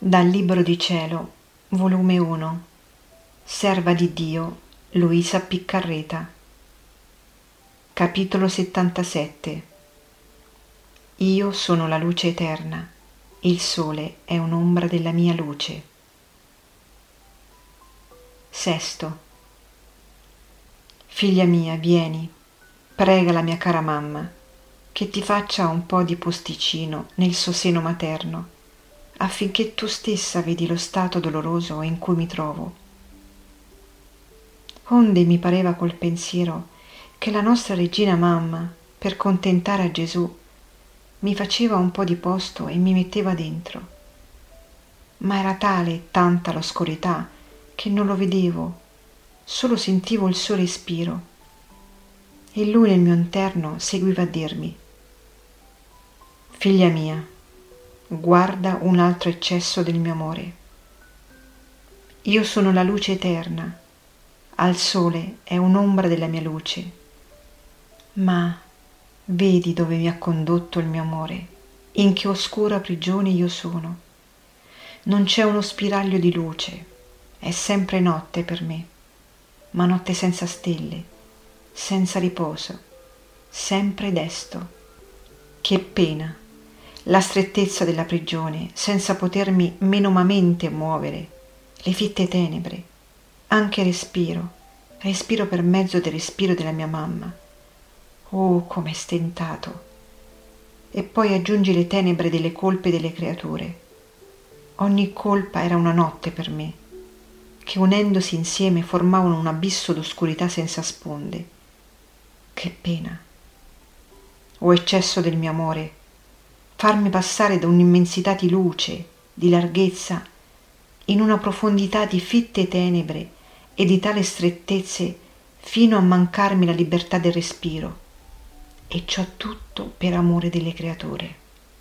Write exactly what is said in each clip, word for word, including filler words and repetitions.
Dal Libro di Cielo, volume uno, Serva di Dio, Luisa Piccarreta. Capitolo settantasette. Io sono la luce eterna, il sole è un'ombra della mia luce. Sesto. Figlia mia, vieni, prega la mia cara mamma, che ti faccia un po' di posticino nel suo seno materno, affinché tu stessa vedi lo stato doloroso in cui mi trovo. Onde mi pareva col pensiero che la nostra regina mamma, per contentare a Gesù, mi faceva un po' di posto e mi metteva dentro. Ma era tale e tanta l'oscurità che non lo vedevo, solo sentivo il suo respiro. E lui nel mio interno seguiva a dirmi: figlia mia, guarda un altro eccesso del mio amore. Io sono la luce eterna, al sole è un'ombra della mia luce, ma vedi dove mi ha condotto il mio amore, in che oscura prigione io sono. Non c'è uno spiraglio di luce, è sempre notte per me, ma notte senza stelle, senza riposo, sempre desto. Che pena! La strettezza della prigione, senza potermi menomamente muovere, le fitte tenebre, anche respiro, respiro per mezzo del respiro della mia mamma. Oh, com'è stentato! E poi aggiungi le tenebre delle colpe delle creature. Ogni colpa era una notte per me, che unendosi insieme formavano un abisso d'oscurità senza sponde. Che pena! O eccesso del mio amore, farmi passare da un'immensità di luce, di larghezza, in una profondità di fitte tenebre e di tale strettezze fino a mancarmi la libertà del respiro, e ciò tutto per amore delle creature.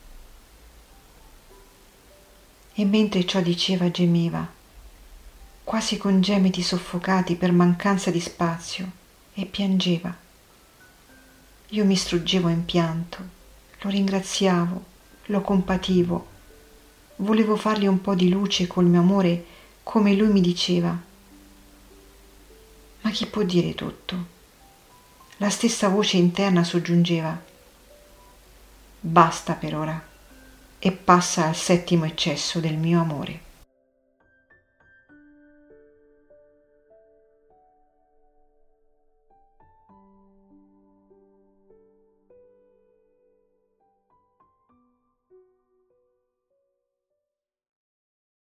E mentre ciò diceva gemeva, quasi con gemiti soffocati per mancanza di spazio, e piangeva. Io mi struggevo in pianto, lo ringraziavo, lo compativo, volevo fargli un po' di luce col mio amore come lui mi diceva. Ma chi può dire tutto? La stessa voce interna soggiungeva: basta per ora, e passa al settimo eccesso del mio amore.